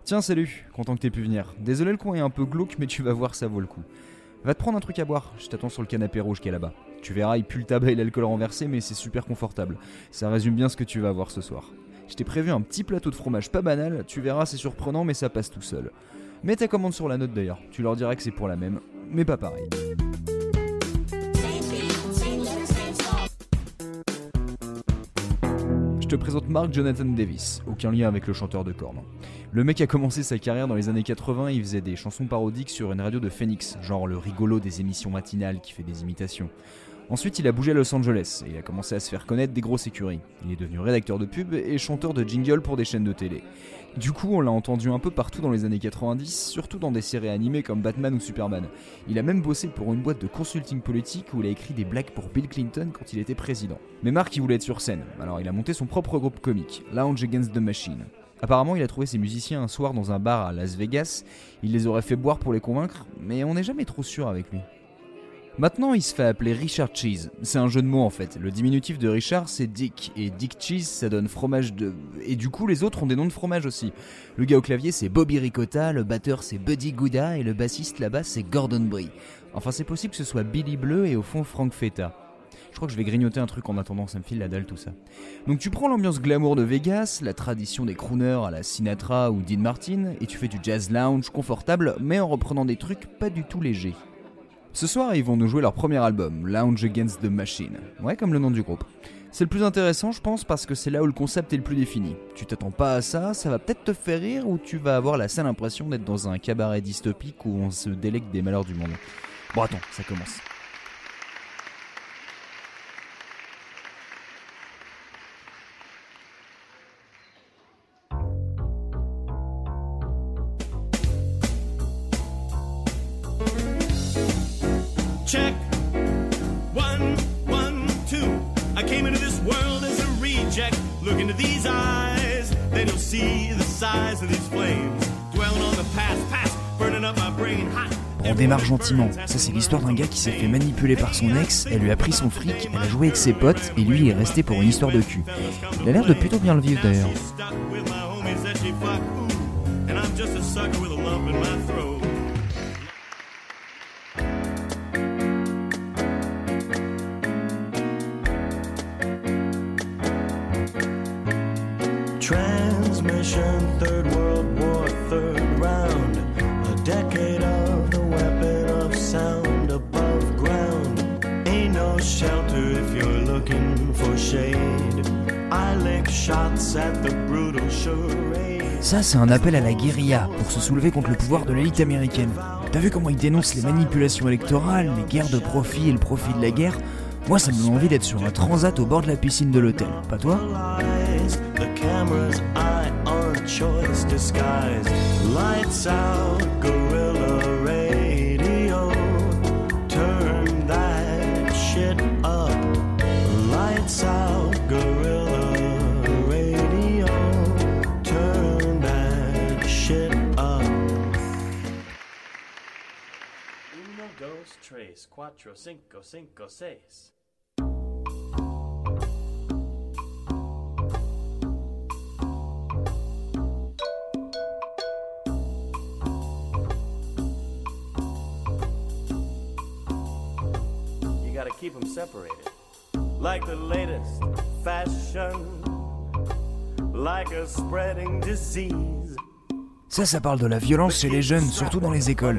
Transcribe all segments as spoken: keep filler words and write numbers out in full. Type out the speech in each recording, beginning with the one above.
Tiens, salut, content que t'aies pu venir. Désolé, le coin est un peu glauque, mais tu vas voir, ça vaut le coup. Va te prendre un truc à boire, je t'attends sur le canapé rouge qui est là-bas. Tu verras, il pue le tabac et l'alcool renversé, mais c'est super confortable. Ça résume bien ce que tu vas voir ce soir. Je t'ai prévu un petit plateau de fromage pas banal, tu verras, c'est surprenant, mais ça passe tout seul. Mets ta commande sur la note d'ailleurs, tu leur diras que c'est pour la même, mais pas pareil. Je te présente Mark Jonathan Davis, aucun lien avec le chanteur de Korn. Le mec a commencé sa carrière dans les années quatre-vingts, il faisait des chansons parodiques sur une radio de Phoenix, genre le rigolo des émissions matinales qui fait des imitations. Ensuite, il a bougé à Los Angeles et il a commencé à se faire connaître des grosses écuries. Il est devenu rédacteur de pub et chanteur de jingle pour des chaînes de télé. Du coup, on l'a entendu un peu partout dans les années quatre-vingt-dix, surtout dans des séries animées comme Batman ou Superman. Il a même bossé pour une boîte de consulting politique où il a écrit des blagues pour Bill Clinton quand il était président. Mais Mark, il voulait être sur scène, alors il a monté son propre groupe comique, Lounge Against the Machine. Apparemment, il a trouvé ses musiciens un soir dans un bar à Las Vegas, il les aurait fait boire pour les convaincre, mais on n'est jamais trop sûr avec lui. Maintenant, il se fait appeler Richard Cheese. C'est un jeu de mots en fait. Le diminutif de Richard, c'est Dick. Et Dick Cheese, ça donne fromage de... Et du coup, les autres ont des noms de fromage aussi. Le gars au clavier, c'est Bobby Ricotta, le batteur, c'est Buddy Gouda, et le bassiste là-bas, c'est Gordon Brie. Enfin, c'est possible que ce soit Billy Bleu et au fond, Frank Feta. Je crois que je vais grignoter un truc en attendant, ça me file la dalle tout ça. Donc tu prends l'ambiance glamour de Vegas, la tradition des crooners à la Sinatra ou Dean Martin, et tu fais du jazz lounge confortable, mais en reprenant des trucs pas du tout légers. Ce soir, ils vont nous jouer leur premier album, Lounge Against the Machine. Ouais, comme le nom du groupe. C'est le plus intéressant, je pense, parce que c'est là où le concept est le plus défini. Tu t'attends pas à ça, ça va peut-être te faire rire, ou tu vas avoir la sale impression d'être dans un cabaret dystopique où on se délègue des malheurs du monde. Bon, attends, ça commence. Check, one, one, two. I came into this world as a reject. Look into these eyes, then you'll see the size of these flames. Dwelling on the past, past, burning up my brain hot. On démarre gentiment. Ça, c'est l'histoire d'un gars qui s'est fait manipuler par son ex, elle lui a pris son fric, elle a joué avec ses potes, et lui il est resté pour une histoire de cul. Il a l'air de plutôt bien le vivre d'ailleurs. Transmission, Third World War, third round. A decade of the weapon of sound above ground. Ain't no shelter if you're looking for shade. I lick shots at the brutal charade. Ça, c'est un appel à la guérilla pour se soulever contre le pouvoir de l'élite américaine. T'as vu comment ils dénoncent les manipulations électorales, les guerres de profit et le profit de la guerre? Moi, ça me donne envie d'être sur un transat au bord de la piscine de l'hôtel. Pas toi? The camera's eye on choice disguise. Lights out, guerrilla radio. Turn that shit up. Lights out, guerrilla radio. Turn that shit up. Uno, dos, tres, cuatro, cinco, cinco, seis. Gotta keep them separated. Like the latest fashion, like a spreading disease. Ça, ça parle de la violence chez les jeunes, surtout dans les écoles.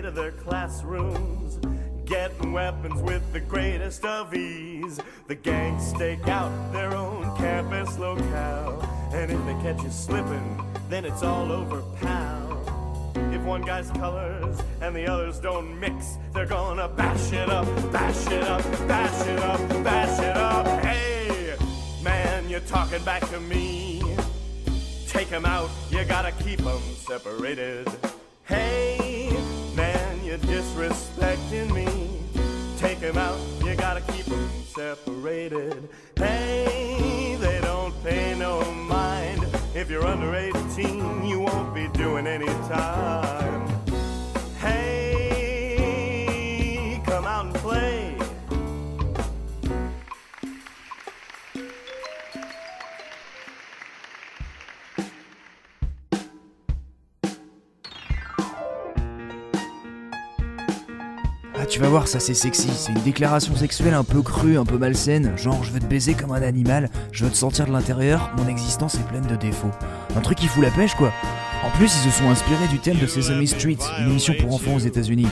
Getting weapons with the greatest of ease. The gangs stake out their own campus locale. And if they catch you slipping, then it's all over, pal. If one guy's colors and the others don't mix, they're gonna bash it up, bash it up, bash it up, bash it up. Hey, man, you're talking back to me. Take 'em out, you gotta keep 'em separated. Hey, man, you're disrespecting me. Take 'em out, you gotta keep 'em separated. Hey, they don't pay no mind. If you're under eighteen, you won't be doing any time. Hey, come out and play. Ah, tu vas voir, ça c'est sexy, c'est une déclaration sexuelle un peu crue, un peu malsaine, genre je veux te baiser comme un animal, je veux te sentir de l'intérieur, mon existence est pleine de défauts. Un truc qui fout la pêche quoi. En plus, ils se sont inspirés du thème de Sesame Street, une émission pour enfants aux États-Unis.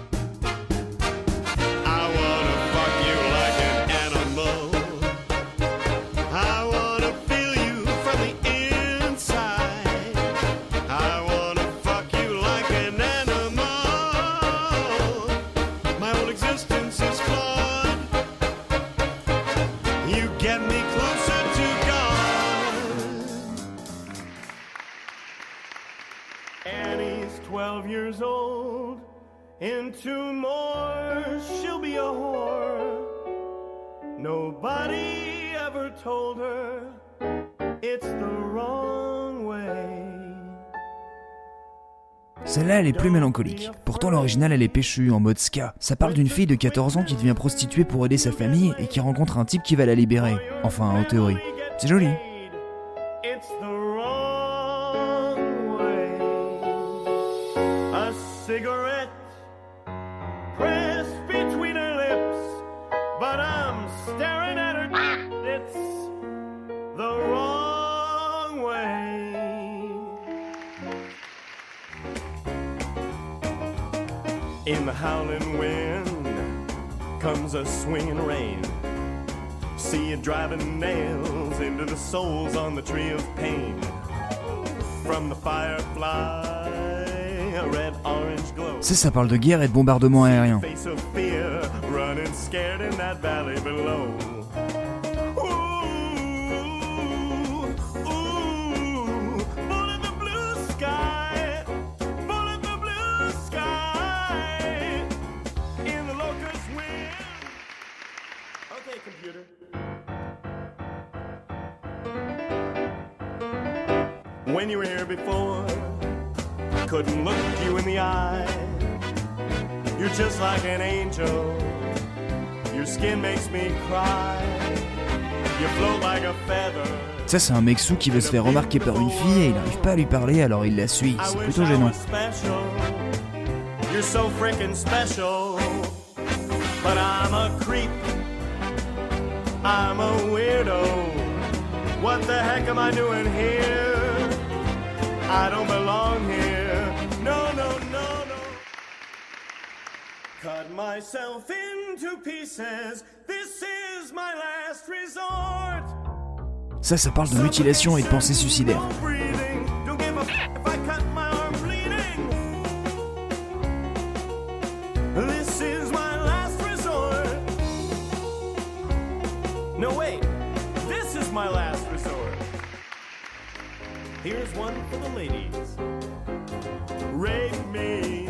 Annie's twelve years old. In two more, she'll be a whore. Nobody ever told her it's the wrong way. Celle-là, elle est plus mélancolique. Pourtant, l'original, elle est péchue, en mode ska. Ça parle d'une fille de quatorze ans qui devient prostituée pour aider sa famille et qui rencontre un type qui va la libérer. Enfin, en théorie. C'est joli. It's the wrong way. A cigarette pressed between her lips, but I'm staring at her. It's the wrong way. In the howling wind comes a swinging rain. See it driving nails into the souls on the tree of pain. From the firefly, a red orange glow. Ça, ça parle de guerre et de bombardement aérien. Face of fear, running scared in that valley below. Ooh, ooh, full of the blue sky, full of the blue sky, in the locust wind. Okay, computer. When you were here before, couldn't look you in the eye. You're just like an angel. Your skin makes me cry. You float like a feather. Ça, c'est un mec sous qui veut se faire remarquer par une fille et il n'arrive pas à lui parler, alors il la suit. C'est plutôt gênant. You're so freaking special. But I'm a creep. I'm a weirdo. What the heck am I doing here? I don't belong here. No, no, no, no. Cut myself into pieces. This is my last resort. Ça, ça parle de mutilation et de pensée suicidaire. Don't give a f if I cut my arm bleeding. This is my last resort. No, wait. This is my last resort. Here's one for the ladies. Rape me.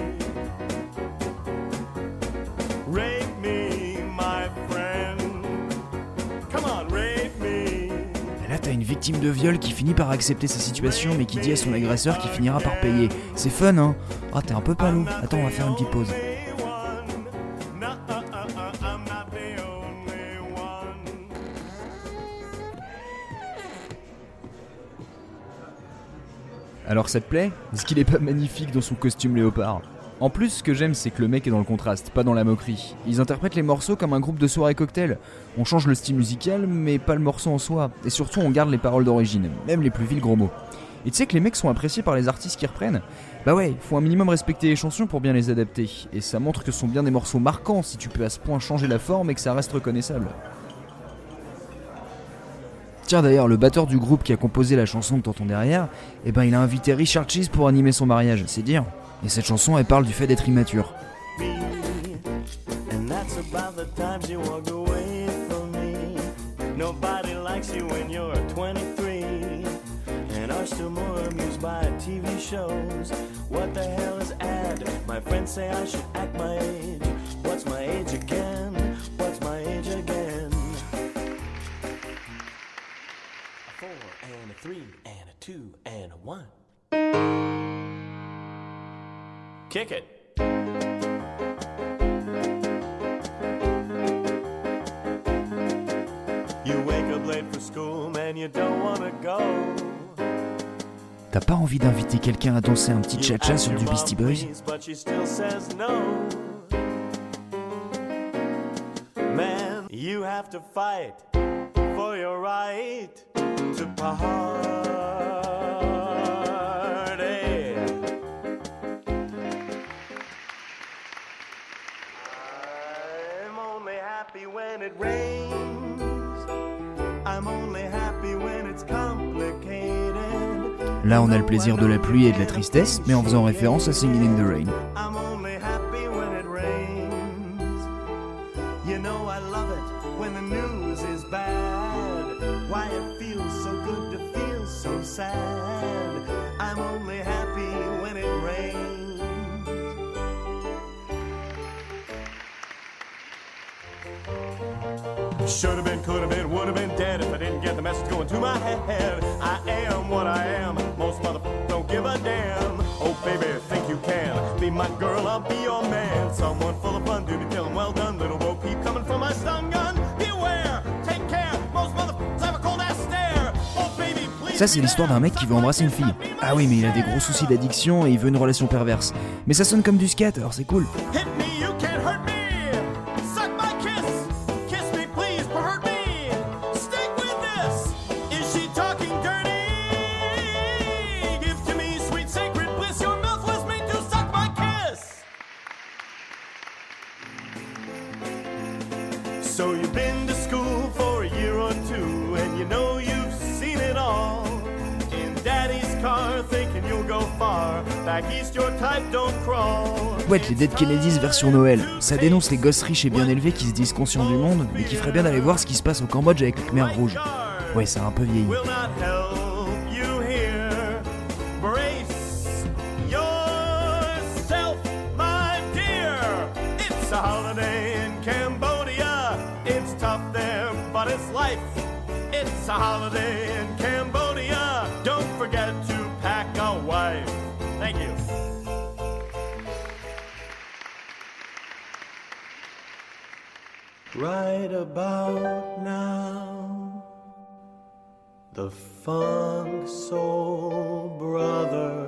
Rape me, my friend. Come on, rape me. Et là, t'as une victime de viol qui finit par accepter sa situation, mais qui dit à son agresseur qu'il finira par payer. C'est fun, hein? Ah, t'es un peu palou. Attends, on va faire une petite pause. Alors ça te plaît? Est-ce qu'il est pas magnifique dans son costume léopard? En plus, ce que j'aime, c'est que le mec est dans le contraste, pas dans la moquerie. Ils interprètent les morceaux comme un groupe de soirée cocktail. On change le style musical, mais pas le morceau en soi. Et surtout, on garde les paroles d'origine, même les plus vils gros mots. Et tu sais que les mecs sont appréciés par les artistes qui reprennent? Bah ouais, faut un minimum respecter les chansons pour bien les adapter. Et ça montre que ce sont bien des morceaux marquants si tu peux à ce point changer la forme et que ça reste reconnaissable. Tiens d'ailleurs, le batteur du groupe qui a composé la chanson que t'entends derrière, eh ben il a invité Richard Cheese pour animer son mariage, c'est dire. Et cette chanson, elle parle du fait d'être immature. And a three, and a two, and a one. Kick it. You wake up late for school, man, you don't wanna go. T'as pas envie d'inviter quelqu'un à danser un petit cha-cha sur du Beastie Boys? But she still says no. You have to fight for your right to party. I'm only happy when it rains. I'm only happy when it's complicated. Là, on a le plaisir de la pluie et de la tristesse, mais en faisant référence à Singing in the Rain. I'm only happy when it rains. You know I love it when the news is bad. Why it feels so good to feel so sad. I'm only happy when it rains. Should have been, could have been, would have been dead if I didn't get the message going to my head. I am what I am. Most motherfuckers don't give a damn. Oh baby, think you can be my girl, I'll be your man. Someone full of fun, do be feeling well done. Little bo peep coming from my stun gun. Beware, take care. Most motherfuckers have a cold ass stare. Oh baby, please. Ça, c'est l'histoire d'un mec qui veut embrasser une fille. Ah oui, mais il a des gros soucis d'addiction et il veut une relation perverse. Mais ça sonne comme du scat, alors c'est cool. Hit me, you can't hurt me. Suck my kiss. Kiss me, please, but hurt me. Stick with this. Is she talking dirty? Give to me sweet sacred bliss. Your mouth was made to suck my kiss. So you've been to school for a year or two, and you know you've seen it all. In daddy's car, thinking you'll go far. Back east, your type don't crawl. Ouais, les Dead Kennedys version Noël. Ça dénonce les gosses riches et bien élevés qui se disent conscients du monde, mais qui feraient bien d'aller voir ce qui se passe au Cambodge avec la Khmer rouge. Ouais, ça a un peu vieilli. Will not help you here. Brace yourself, my dear. It's a holiday in Cambodia. It's tough there, but it's life. It's a holiday in Cambodia. Don't forget to pack a wife. Thank you. Right about now, the Funk Soul Brother.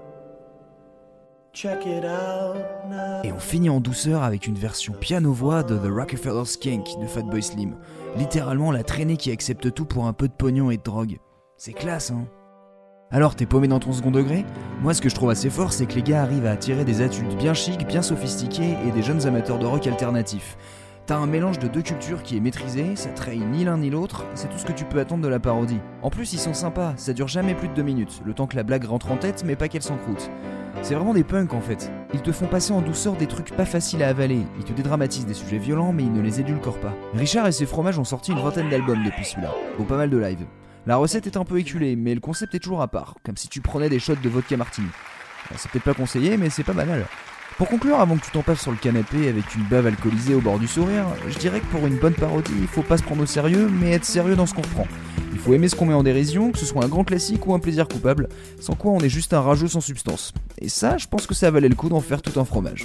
Check it out now. Et on finit en douceur avec une version piano-voix de The Rockefeller Skank de Fatboy Slim. Littéralement la traînée qui accepte tout pour un peu de pognon et de drogue. C'est classe, hein. Alors, t'es paumé dans ton second degré ? Moi, ce que je trouve assez fort, c'est que les gars arrivent à attirer des adultes bien chics, bien sophistiqués et des jeunes amateurs de rock alternatif. T'as un mélange de deux cultures qui est maîtrisé, ça trahit ni l'un ni l'autre, c'est tout ce que tu peux attendre de la parodie. En plus, ils sont sympas, ça dure jamais plus de deux minutes, le temps que la blague rentre en tête, mais pas qu'elle s'encroute. C'est vraiment des punks en fait. Ils te font passer en douceur des trucs pas faciles à avaler, ils te dédramatisent des sujets violents, mais ils ne les édulcorent pas. Richard et ses fromages ont sorti une vingtaine d'albums depuis celui-là, dont pas mal de live. La recette est un peu éculée, mais le concept est toujours à part, comme si tu prenais des shots de vodka martini. C'est peut-être pas conseillé, mais c'est pas banal. Pour conclure, avant que tu t'en passes sur le canapé avec une bave alcoolisée au bord du sourire, je dirais que pour une bonne parodie, il faut pas se prendre au sérieux, mais être sérieux dans ce qu'on reprend. Il faut aimer ce qu'on met en dérision, que ce soit un grand classique ou un plaisir coupable, sans quoi on est juste un rageux sans substance. Et ça, je pense que ça valait le coup d'en faire tout un fromage.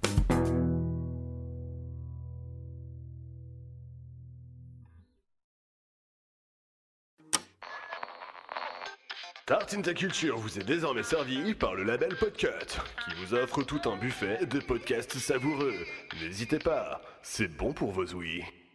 Tartine ta culture vous est désormais servi par le label Podcut, qui vous offre tout un buffet de podcasts savoureux. N'hésitez pas, c'est bon pour vos ouïes.